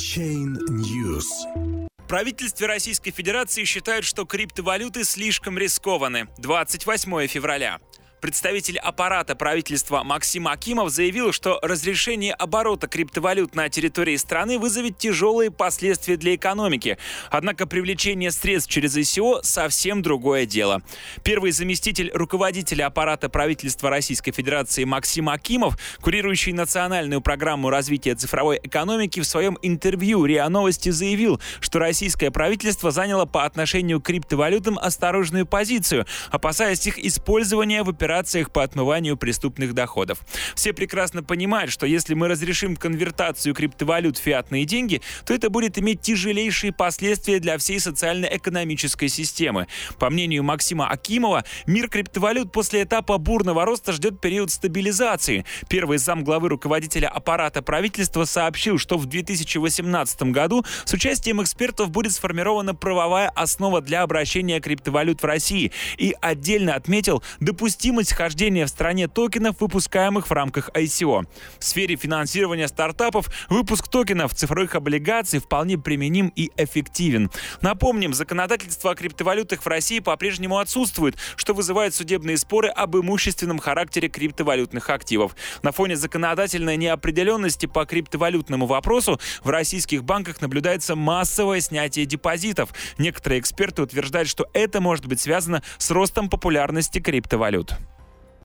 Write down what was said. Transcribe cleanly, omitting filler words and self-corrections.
Chain News. В правительстве Российской Федерации считают, что криптовалюты слишком рискованы. 28 февраля. Представитель аппарата правительства Максим Акимов заявил, что разрешение оборота криптовалют на территории страны вызовет тяжелые последствия для экономики. Однако привлечение средств через ICO – совсем другое дело. Первый заместитель руководителя аппарата правительства Российской Федерации Максим Акимов, курирующий национальную программу развития цифровой экономики, в своем интервью РИА Новости заявил, что российское правительство заняло по отношению к криптовалютам осторожную позицию, опасаясь их использования в операциях по отмыванию преступных доходов. Все прекрасно понимают, что если мы разрешим конвертацию криптовалют в фиатные деньги, то это будет иметь тяжелейшие последствия для всей социально-экономической системы. По мнению Максима Акимова, мир криптовалют после этапа бурного роста ждет период стабилизации. Первый замглавы руководителя аппарата правительства сообщил, что в 2018 году с участием экспертов будет сформирована правовая основа для обращения криптовалют в России, и отдельно отметил допустимость хождения в стране токенов, выпускаемых в рамках ICO. В сфере финансирования стартапов выпуск токенов цифровых облигаций вполне применим и эффективен. Напомним, законодательство о криптовалютах в России по-прежнему отсутствует, что вызывает судебные споры об имущественном характере криптовалютных активов. На фоне законодательной неопределенности по криптовалютному вопросу в российских банках наблюдается массовое снятие депозитов. Некоторые эксперты утверждают, что это может быть связано с ростом популярности криптовалют.